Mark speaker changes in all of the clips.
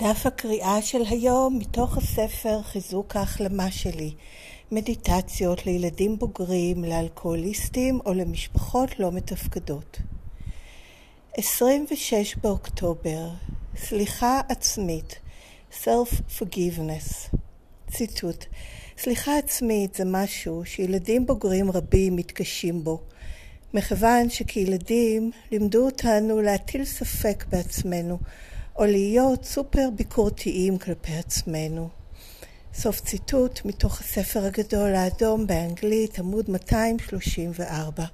Speaker 1: דף הקריאה של היום מתוך הספר חיזוק ההחלמה שלי, מדיטציות לילדים בוגרים, לאלכוהוליסטים או למשפחות לא מתפקדות. 26 באוקטובר, סליחה עצמית, self-forgiveness. ציטוט: סליחה עצמית זה משהו שילדים בוגרים רבים מתקשים בו, מכיוון שכילדים לימדו אותנו להטיל ספק בעצמנו, או להיות סופר ביקורתיים כלפי עצמנו. סוף ציטוט מתוך הספר הגדול האדום באנגלית, עמוד 234.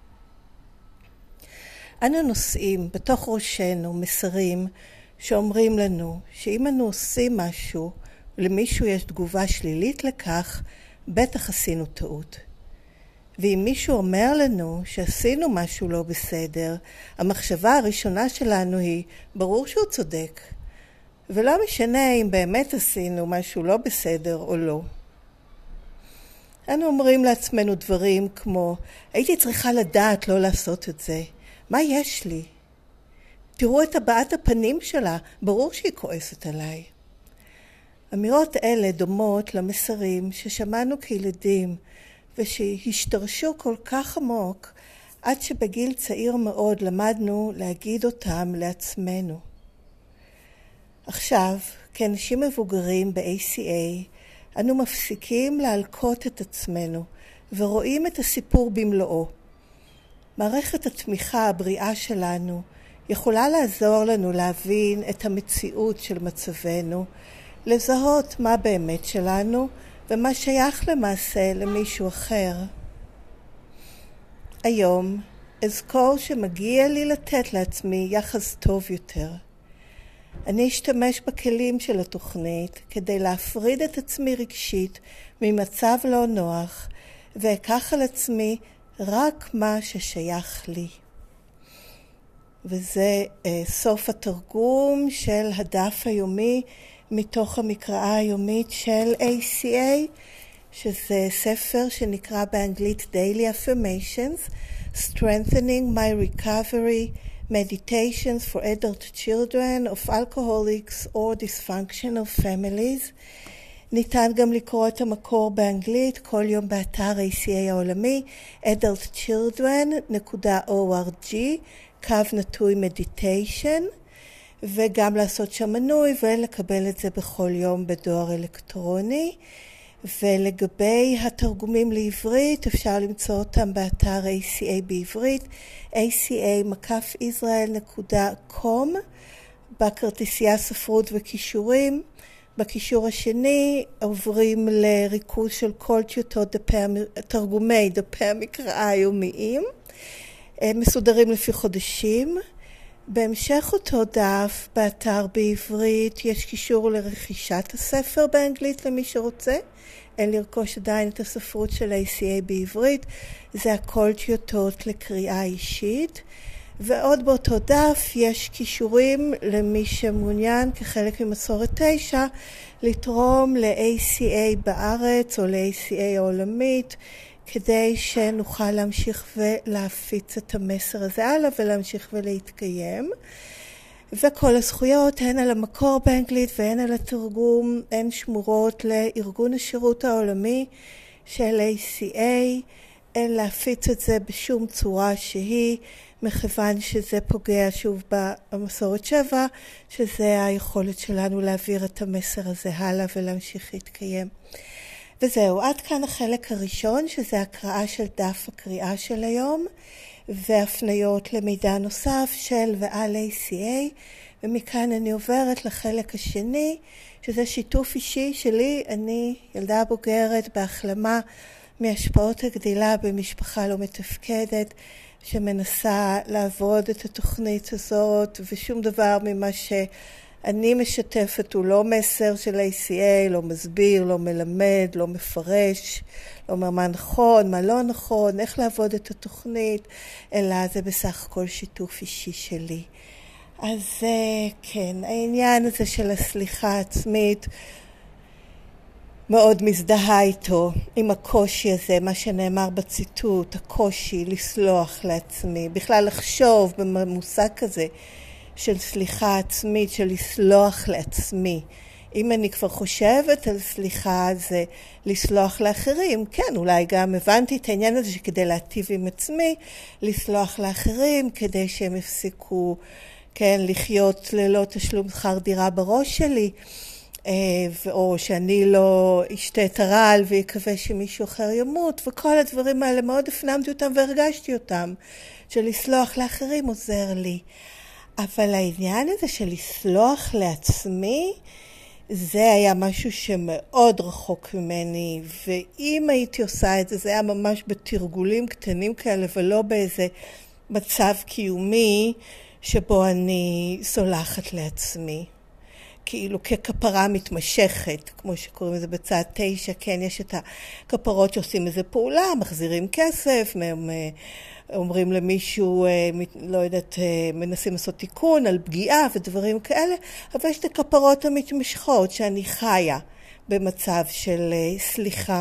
Speaker 1: אנו נושאים בתוך ראשנו מסרים שאומרים לנו שאם אנו עושים משהו ולמישהו יש תגובה שלילית לכך, בטח עשינו טעות. ואם מישהו אומר לנו שעשינו משהו לא בסדר, המחשבה הראשונה שלנו היא, ברור שהוא צודק. ולא משנה אם באמת עשינו משהו לא בסדר או לא. אנו אומרים לעצמנו דברים כמו, הייתי צריכה לדעת לא לעשות את זה. מה יש לי? תראו את הבעת הפנים שלה, ברור שהיא כועסת עליי. אמירות אלה דומות למסרים ששמענו כילדים, ושהשתרשו כל כך עמוק, עד שבגיל צעיר מאוד למדנו להגיד אותם לעצמנו. עכשיו, כאנשים מבוגרים ב-ACA, אנו מפסיקים להלקות את עצמנו, ורואים את הסיפור במלואו. מערכת התמיכה הבריאה שלנו יכולה לעזור לנו להבין את המציאות של מצבנו, לזהות מה באמת שלנו, ומה שייך למעשה למישהו אחר. היום אזכור שמגיע לי לתת לעצמי יחס טוב יותר. אני אשתמש בכלים של התוכנית כדי להפריד את עצמי רגשית ממצב לא נוח, ואקח על עצמי רק מה ששייך לי. וזה סוף התרגום של הדף היומי מתוך המקראה היומית של ACA, שזה ספר שנקרא באנגלית Daily Affirmations, Strengthening My Recovery, Meditations for Adult Children of Alcoholics or Dysfunctional Families. ניתן גם לקרוא את המקור באנגלית כל יום באתר ACA העולמי, adultchildren.org/meditation, וגם לעשות שם מנוי ולקבל את זה בכל יום בדואר אלקטרוני. ולגבי התרגומים לעברית אפשר למצוא אותם באתר ACA בעברית, aca-israel.com, בכרטיסייה ספרות וקישורים. בקישור השני עוברים לריכוז של כל טיוטות תרגומי דפי המקראה היומיים, מסודרים לפי חודשים. בהמשך אותו דף באתר בעברית יש קישור לרכישת הספר באנגלית למי שרוצה. אין לרכוש עדיין את הספרות של ACA בעברית, זה הכל טיוטות לקריאה אישית. ועוד באותו דף יש קישורים למי שמעוניין כחלק ממסורת 9 לתרום ל-ACA בארץ או ל-ACA העולמית, כדי שנוכל להמשיך ולהפיץ את המסר הזה הלאה ולהמשיך ולהתקיים. וכל הזכויות הן על המקור באנגלית והן על התרגום הן שמורות לארגון השירות העולמי של ACA. אין להפיץ את זה בשום צורה שהיא, מכיוון שזה פוגע שוב במסורת 7, שזה היכולת שלנו להעביר את המסר הזה הלאה ולהמשיך להתקיים. וזהו, עד כאן החלק הראשון, שזה הקראה של דף הקריאה של היום, והפניות למידע נוסף של ועל ACA, ומכאן אני עוברת לחלק השני, שזה שיתוף אישי שלי. אני ילדה בוגרת בהחלמה מהשפעות הגדילה במשפחה לא מתפקדת, שמנסה לעבוד את התוכנית הזאת, ושום דבר ממה שאני משתפת הוא לא מסר של ACA, לא מסביר, לא מלמד, לא מפרש, לא אומר מה נכון, מה לא נכון, איך לעבוד את התוכנית, אלא זה בסך הכל שיתוף אישי שלי. אז כן, העניין הזה של הסליחה העצמית, מאוד מזדהה איתו, עם הקושי הזה, מה שנאמר בציטוט, הקושי לסלוח לעצמי, בכלל לחשוב במושג כזה של סליחה עצמית, של לסלוח לעצמי. אם אני כבר חושבת על סליחה, זה לסלוח לאחרים. כן, אולי גם הבנתי את העניין הזה שכדי להטיב עם עצמי, לסלוח לאחרים, כדי שהם יפסיקו, כן, לחיות ללא תשלום שכר דירה בראש שלי, או שאני לא אשתה את הרעל ויקווה שמישהו אחר ימות, וכל הדברים האלה מאוד הפנמתי אותם והרגשתי אותם, שלסלוח לאחרים עוזר לי. אבל העניין הזה של לסלוח לעצמי, זה היה משהו שמאוד רחוק ממני, ואם הייתי עושה את זה, זה היה ממש בתרגולים קטנים כאלה, ולא באיזה מצב קיומי שבו אני סולחת לעצמי. כאילו ככפרה מתמשכת, כמו שקוראים לזה בצד 9, כן, יש את הכפרות שעושים איזה פעולה, מחזירים כסף, אומרים למישהו, לא יודעת, מנסים לעשות תיקון על פגיעה ודברים כאלה, אבל יש את הכפרות המתמשכות שאני חיה במצב של סליחה.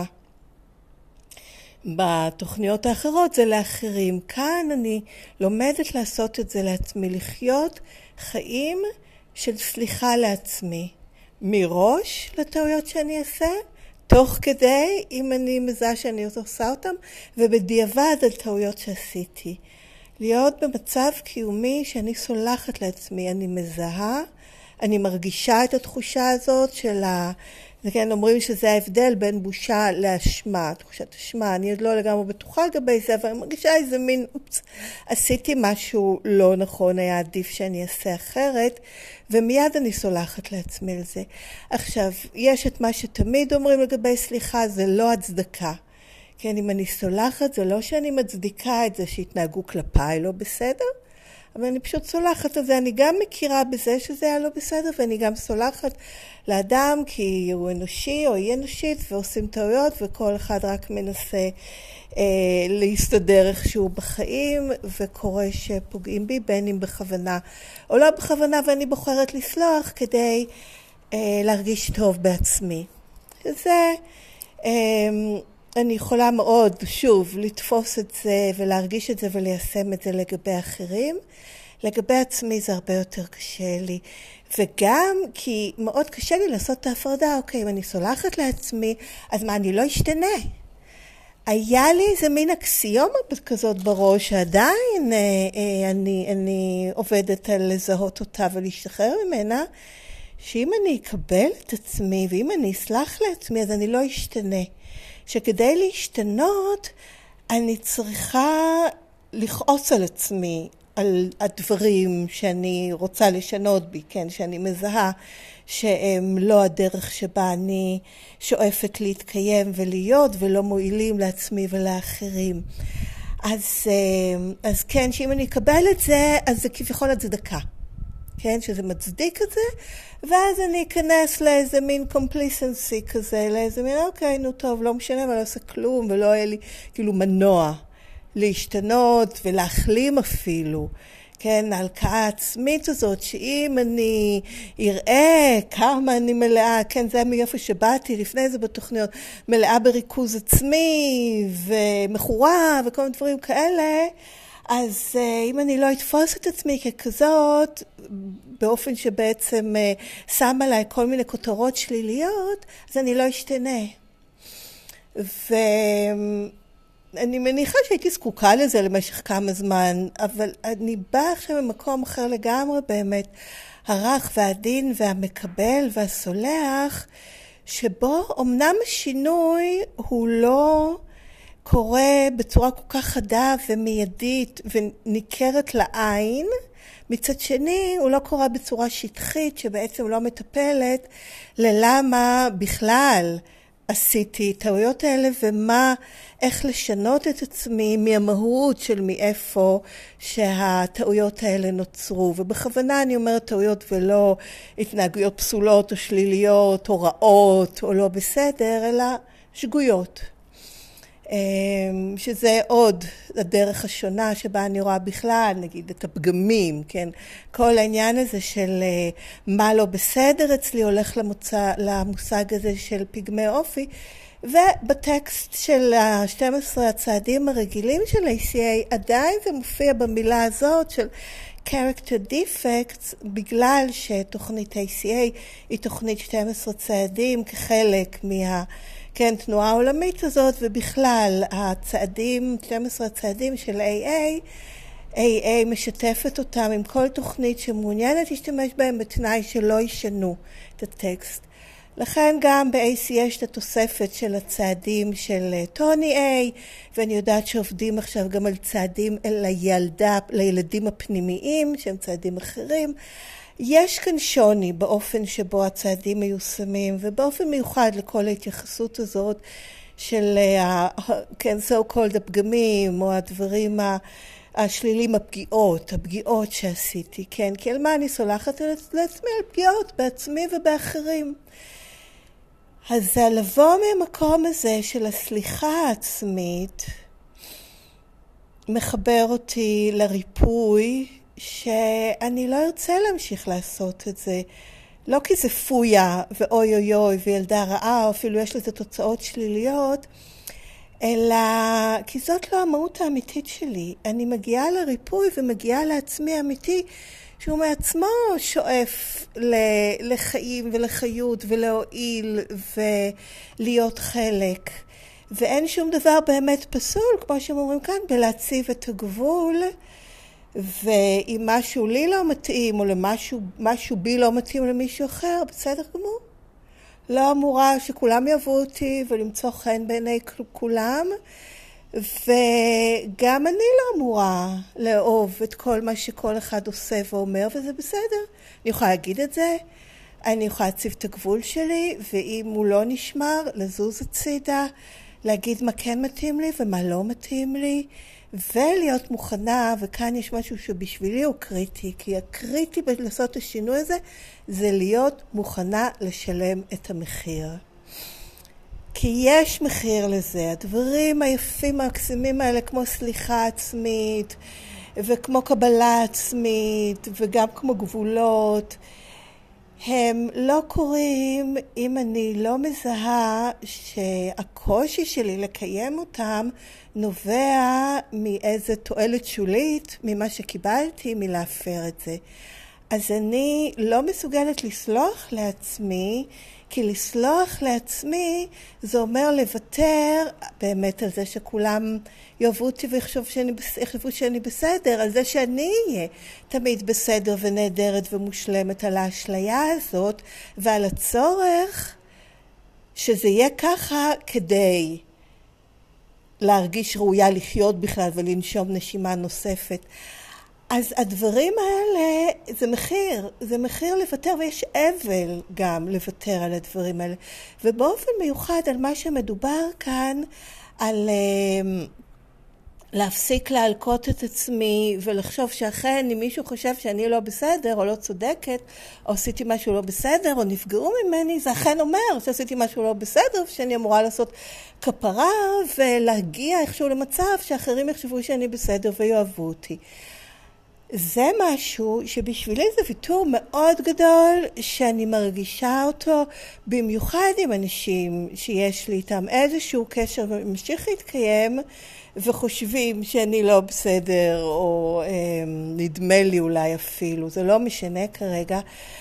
Speaker 1: בתוכניות האחרות זה לאחרים. כאן אני לומדת לעשות את זה לעצמי, לחיות חיים של סליחה לעצמי, מראש לטעויות שאני אעשה, תוך כדי, אם אני מזהה שאני עושה אותם, ובדיעבד על טעויות שעשיתי. להיות במצב קיומי שאני סולחת לעצמי, אני מזהה, אני מרגישה את התחושה הזאת של כן, אומרים שזה ההבדל בין בושה לאשמה, תחושת אשמה, אני עוד לא לגמרי בטוחה לגבי זה, אבל אני מרגישה איזה מין, עשיתי משהו לא נכון, היה עדיף שאני אעשה אחרת, ומיד אני סולחת לעצמי על זה. עכשיו, יש את מה שתמיד אומרים לגבי סליחה, זה לא הצדקה. כן, אם אני סולחת, זה לא שאני מצדיקה את זה שהתנהגו כלפיי לא בסדר, אבל אני פשוט סולחת על זה. אני גם מכירה בזה שזה היה לא בסדר, ואני גם סולחת לאדם כי הוא אנושי או היא אנושית, ועושים טעויות, וכל אחד רק מנסה להסתדר איכשהו בחיים, וקורה שפוגעים בי, בין אם בכוונה או לא בכוונה, ואני בוחרת לסלוח כדי להרגיש טוב בעצמי. זה אני יכולה מאוד, שוב, לתפוס את זה ולהרגיש את זה וליישם את זה לגבי אחרים. לגבי עצמי זה הרבה יותר קשה לי. וגם כי מאוד קשה לי לעשות את ההפרדה, אוקיי, אם אני סולחת לעצמי, אז מה, אני לא אשתנה? היה לי איזה מין אקסיומה כזאת בראש, שעדיין אני עובדת על לזהות אותה ולהשתחרר ממנה, שאם אני אקבל את עצמי ואם אני אסלח לעצמי, אז אני לא אשתנה. שכדי להשתנות, אני צריכה לכעוס על עצמי, על הדברים שאני רוצה לשנות בי, כן, שאני מזהה שהם לא הדרך שבה אני שואפת להתקיים ולהיות, ולא מועילים לעצמי ולאחרים. אז כן, שאם אני אקבל את זה, אז זה כביכול הצדקה. כן, שזה מצדיק את זה, ואז אני אכנס לאיזה מין complacency כזה, לאיזה מין, אוקיי, נו טוב, לא משנה, אבל לא עושה כלום, ולא היה לי כאילו מנוע להשתנות ולהחלים אפילו. כן, ההלקאה העצמית הזאת, שאם אני אראה כמה אני מלאה, כן, זה היה מאיפה שבאתי לפני זה בתוכניות, מלאה בריכוז עצמי ומחורה וכל מיני דברים כאלה, אז אם אני לא אתפוס את עצמי ככזאת, באופן שבעצם שם עליי כל מיני כותרות שליליות, אז אני לא אשתנה. ואני מניחה שהייתי זקוקה לזה למשך כמה זמן, אבל אני באה עכשיו ממקום אחר לגמרי באמת, הרך והדין והמקבל והסולח, שבו אמנם השינוי הוא לא קורה בצורה כל כך חדה ומיידית וניכרת לעין, מצד שני הוא לא קורה בצורה שטחית שבעצם לא מטפלת ללמה בכלל עשיתי טעויות האלה ומה, איך לשנות את עצמי מהמהות של מאיפה שהטעויות האלה נוצרו. ובכוונה אני אומרת טעויות ולא התנהגויות פסולות או שליליות או רעות או לא בסדר, אלא שגויות. שזה עוד הדרך השונה שבה אני רואה בכלל, נגיד את הפגמים, כן? כל העניין הזה של מה לא בסדר אצלי הולך למושג הזה של פגמי אופי, ובטקסט של 12 הצעדים הרגילים של ACA עדיין זה מופיע במילה הזאת של character defects, בגלל שתוכנית ACA היא תוכנית 12 צעדים כחלק תנועה העולמית הזאת, ובכלל הצעדים, 12 הצעדים של AA משתפת אותם עם כל תוכנית שמעוניינת להשתמש בהם בתנאי שלא ישנו את הטקסט. לכן גם ב-AC יש את התוספת של הצעדים של טוני A, ואני יודעת שעובדים עכשיו גם על צעדים לילדים הפנימיים, שהם צעדים אחרים. יש כאן שוני באופן שבו הצעדים מיושמים, ובאופן מיוחד לכל ההתייחסות הזאת של so called הפגמים, או הדברים השלילים, הפגיעות שעשיתי, כי על מה אני סולחת לעצמי? על פגיעות בעצמי ובאחרים. אז לבוא מהמקום הזה של הסליחה העצמית מחבר אותי לריפוי, שאני לא ארצה להמשיך לעשות את זה, לא כי זה פויה ואוי אוי אוי וילדה רעה, או אפילו יש לזה תוצאות שליליות, אלא כי זאת לא המהות האמיתית שלי. אני מגיעה לריפוי ומגיעה לעצמי האמיתי, שהוא מעצמו שואף לחיים ולחיות ולהועיל ולהיות חלק. ואין שום דבר באמת פסול, כמו שהם אומרים כאן, בלהציב את הגבול, ואם משהו לי לא מתאים, או משהו בי לא מתאים למישהו אחר, בסדר גמור. לא אמורה שכולם יאהבו אותי ולמצוא חן בעיני כולם, וגם אני לא אמורה לאהוב את כל מה שכל אחד עושה ואומר, וזה בסדר. אני יכולה להגיד את זה, אני יכולה להציב את הגבול שלי, ואם הוא לא נשמר, לזוז הצידה, להגיד מה כן מתאים לי ומה לא מתאים לי, ולהיות מוכנה, וכאן יש משהו שבשבילי הוא קריטי, כי הקריטי לעשות את השינוי הזה, זה להיות מוכנה לשלם את המחיר. כי יש מחיר לזה, הדברים היפים המקסימים האלה, כמו סליחה עצמית, וכמו קבלה עצמית, וגם כמו גבולות, הם לא קורים אם אני לא מזהה שהקושי שלי לקיים אותם נובע מאיזה תועלת שולית, ממה שקיבלתי, מלהפר את זה. אז אני לא מסוגלת לסלוח לעצמי, כי לסלוח לעצמי זה אומר לוותר באמת על זה שכולם יאהבו אותי ויחשבו שאני בסדר, על זה שאני אהיה תמיד בסדר ונהדרת ומושלמת, על האשליה הזאת ועל הצורך שזה יהיה ככה כדי להרגיש ראויה לחיות בכלל ולנשום נשימה נוספת. אז הדברים האלה זה מחיר לוותר, ויש אבל גם לוותר על הדברים האלה. ובאופן מיוחד על מה שמדובר כאן, על להפסיק להלקות את עצמי ולחשוב שאכן אם מישהו חושב שאני לא בסדר או לא צודקת, או עשיתי משהו לא בסדר או נפגעו ממני, זה אכן אומר שעשיתי משהו לא בסדר ושאני אמורה לעשות כפרה ולהגיע איכשהו למצב שאחרים יחשבו שאני בסדר ויאהבו אותי. זה משהו שבשבילי זה ויתור מאוד גדול, שאני מרגישה אותו במיוחד עם אנשים שיש לי איתם איזשהו קשר וממשיך להתקיים, וחושבים שאני לא בסדר, או נדמה לי אולי אפילו, זה לא משנה כרגע.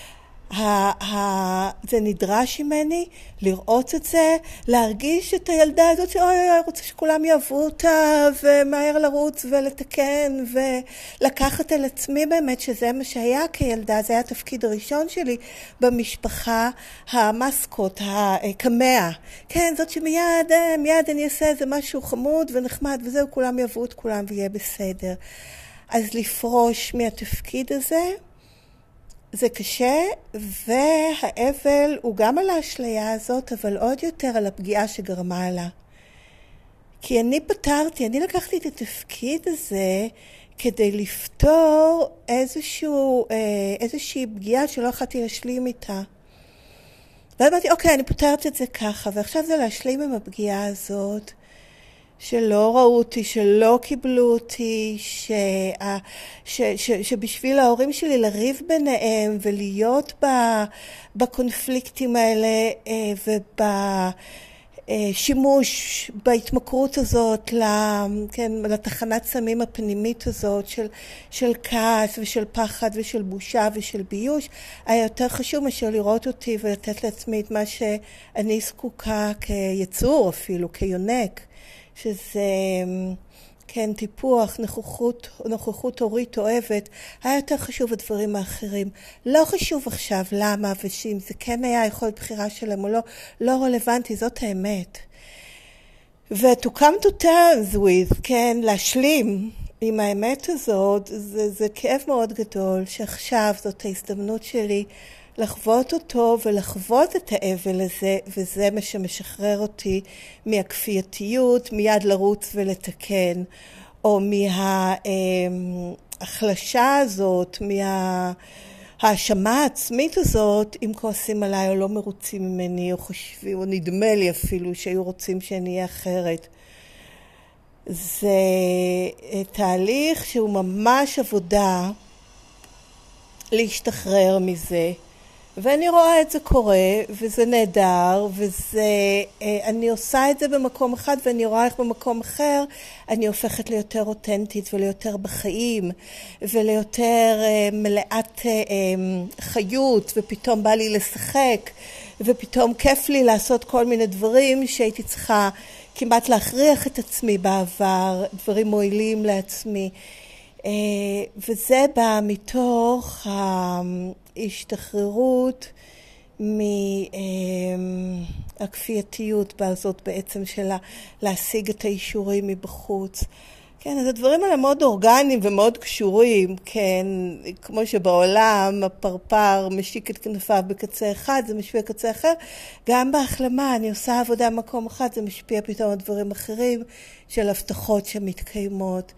Speaker 1: זה נדרש ממני לראות את זה, להרגיש את הילדה הזאת שאוי, רוצה שכולם יאהבו אותה, ומהר לרוץ ולתקן, ולקחת על עצמי באמת שזה מה שהיה כילדה, זה היה התפקיד הראשון שלי במשפחה, המסקות, הקמע. כן, זאת שמיד אני אעשה איזה משהו חמוד ונחמד, וזהו, כולם יאהבו את כולם ויהיה בסדר. אז לפרוש מהתפקיד הזה, זה קשה, והאבל הוא גם על האשליה הזאת, אבל עוד יותר על הפגיעה שגרמה לה. כי אני לקחתי את התפקיד הזה כדי לפתור איזושהי פגיעה שלא יכולתי להשלים איתה. ואז אמרתי, אוקיי, אני פותרת את זה ככה, ועכשיו זה להשלים עם הפגיעה הזאת, שלא ראו אותי, שלא קיבלו אותי, שבשביל ההורים שלי לריב ביניהם ולהיות בקונפליקטים האלה שימוש בהתמכרות הזאת לתחנת סמים הפנימית הזאת של כעס ושל פחד ושל בושה ושל ביוש, היה יותר חשוב מאשר לראות אותי ולתת לעצמי את מה שאני זקוקה כיצור, אפילו כיונק, שזה כן, טיפוח, נוכחות הורית אוהבת, היה יותר חשוב הדברים האחרים. לא חשוב עכשיו למה ושאם זה כן היה יכול בחירה שלהם או לא, לא רלוונטי, זאת האמת. ו-to come to terms with, כן, להשלים עם האמת הזאת, זה כאב מאוד גדול, שעכשיו זאת ההזדמנות שלי לחוות אותו ולחוות את האבל הזה, וזה מה שמשחרר אותי מהכפייתיות, מיד לרוץ ולתקן, או מההחלשה הזאת, מההאשמה העצמית הזאת, אם כועסים עליי או לא מרוצים ממני, או חושבים, או נדמה לי אפילו שהיו רוצים שאני אהיה אחרת. זה תהליך שהוא ממש עבודה להשתחרר מזה, ואני רואה את זה קורה, וזה נהדר, אני עושה את זה במקום אחד, ואני רואה איך במקום אחר אני הופכת ליותר אותנטית וליותר בחיים, וליותר מלאת חיות, ופתאום בא לי לשחק, ופתאום כיף לי לעשות כל מיני דברים שהייתי צריכה כמעט להכריח את עצמי בעבר, דברים מועילים לעצמי. וזה בא מתוך ההשתחררות מהכפייתיות הזאת בעצם שלה להשיג את האישורים מבחוץ. כן, אז הדברים האלה מאוד אורגניים ומאוד קשורים, כן, כמו שבעולם הפרפר משיק את כנפיו בקצה אחד, זה משפיע בקצה אחר. גם בהחלמה, אני עושה עבודה במקום אחד, זה משפיע פתאום על דברים אחרים של הבטחות שמתקיימות.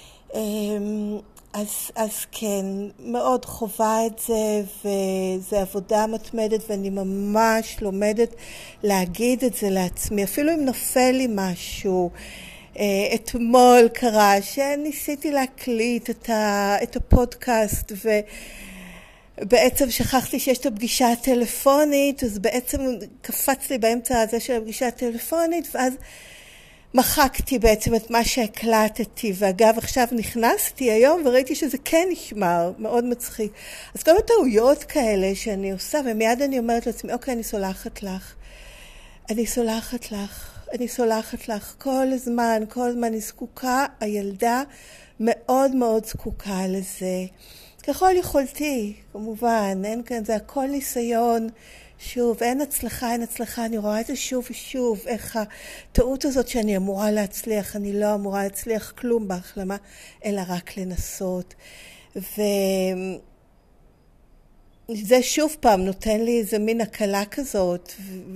Speaker 1: אז כן, מאוד חובה את זה, וזה עבודה מתמדת, ואני ממש לומדת להגיד את זה לעצמי, אפילו אם נופל לי משהו. אתמול קרה שניסיתי להקליט את הפודקאסט, ובעצם שכחתי שיש את הפגישה הטלפונית, אז בעצם קפץ לי באמצע הזה של הפגישה הטלפונית, ואז מחקתי בעצם את מה שהקלטתי, ואגב עכשיו נכנסתי היום וראיתי שזה כן נשמר, מאוד מצחיק. אז כל הטעויות כאלה שאני עושה, ומיד אני אומרת לעצמי, אוקיי, אני סולחת לך, אני סולחת לך, אני סולחת לך, כל הזמן אני זקוקה, הילדה מאוד מאוד זקוקה לזה. ככל יכולתי, כמובן, אין כאן, זה הכל ניסיון, שוב, אין הצלחה, אני רואה את זה שוב ושוב, איך הטעות הזאת שאני אמורה להצליח, אני לא אמורה להצליח כלום בהחלמה, אלא רק לנסות. וזה שוב פעם נותן לי איזה מין הקלה כזאת,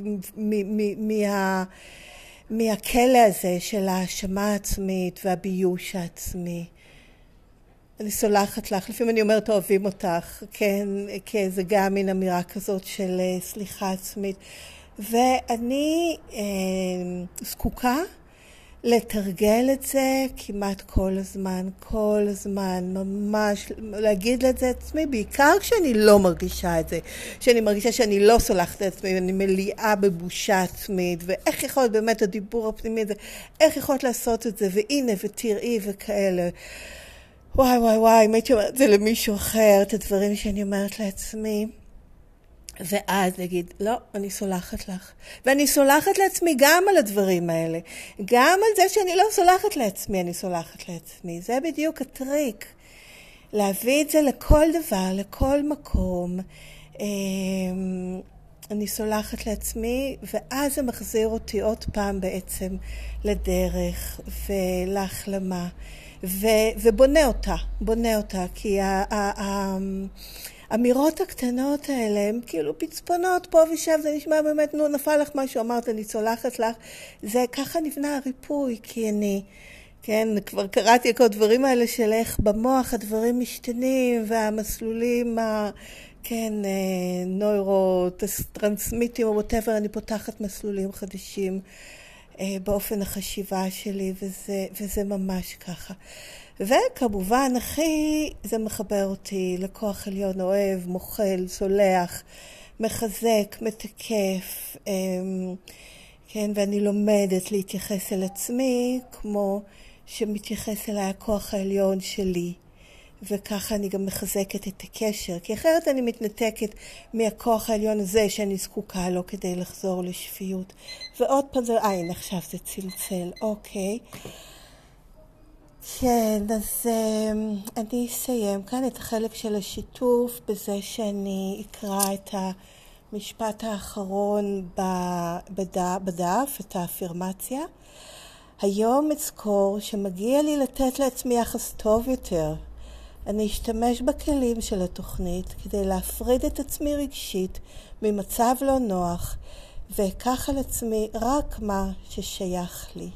Speaker 1: מהכלא הזה של ההאשמה העצמית והביוש העצמי. אני סולחת לך, לפעמים אני אומרת אוהבים אותך, כן, זה גם מין אמירה כזאת של סליחה עצמית. ואני זקוקה לתרגל את זה כמעט כל הזמן, ממש להגיד את זה עצמי, בעיקר כשאני לא מרגישה את זה, כשאני מרגישה שאני לא סולחת את עצמי, ואני מלאה בבושה עצמית, ואיך יכול להיות באמת הדיבור הפנימי הזה, איך יכולת לעשות את זה, והנה ותראי וכאלה. וואי, אם הייתי אומרת את זה למישהו אחר, את הדברים שאני אומרת לעצמי, ואז להגיד, לא, אני סולחת לך. ואני סולחת לעצמי גם על הדברים האלה. גם על זה שאני לא סולחת לעצמי, אני סולחת לעצמי. זה בדיוק הטריק. להביא את זה לכל דבר, לכל מקום. אני סולחת לעצמי, ואז זה מחזיר אותי עוד פעם בעצם לדרך ולהחלמה. ובונה אותה, כי האמירות הקטנות האלה הן כאילו פצפונות פה ושם, זה נשמע באמת, נפל לך משהו, אמרת אני סולחת לך, זה ככה נבנה הריפוי, כי כן, כבר קראתי כל הדברים האלה של איך במוח הדברים משתנים, והמסלולים, כן, נוירוטרנסמיטים או whatever, אני פותחת מסלולים חדשים, באופן החשיבה שלי, וזה ממש ככה. וכמובן, זה מחבר אותי לכוח עליון אוהב, מוחל, סולח, מחזק, מתקף, כן, ואני לומדת להתייחס אל עצמי כמו שמתייחס אליי הכוח העליון שלי. וככה אני גם מחזקת את הקשר, כי אחרת אני מתנתקת מהכוח העליון הזה שאני זקוקה לו כדי לחזור לשפיות. ועוד פעם זה, הנה עכשיו זה צלצל, אוקיי. כן, אז אני אסיים כאן את החלק של השיתוף בזה שאני אקרא את המשפט האחרון בדף, את האפירמציה. היום אזכור שמגיע לי לתת לעצמי יחס טוב יותר. אני אשתמש בכלים של התוכנית כדי להפריד את עצמי רגשית ממצב לא נוח, ואקח על עצמי רק מה ששייך לי.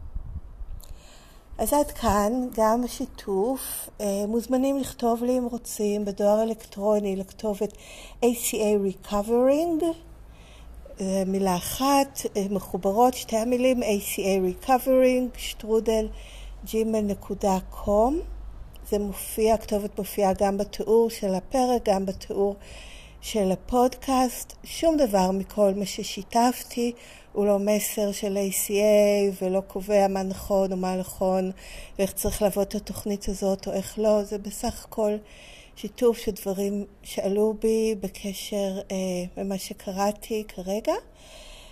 Speaker 1: אז עד כאן גם השיתוף. מוזמנים לכתוב לי אם רוצים בדואר אלקטרוני לכתובת ACA Recovering, מילה אחת, מחוברות שתי המילים ACA Recovering @gmail.com. זה מופיע, הכתובת מופיעה גם בתיאור של הפרק, גם בתיאור של הפודקאסט. שום דבר מכל מה ששיתפתי הוא לא מסר של ACA ולא קובע מה נכון או מה נכון ואיך צריך לעבוד את התוכנית הזאת או איך לא. זה בסך הכל שיתוף של דברים שעלו בי בקשר ממה שקראתי כרגע.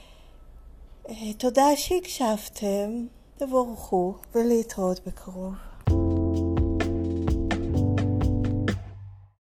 Speaker 1: תודה שהקשבתם, תבורכו ולהתראות בקרוב.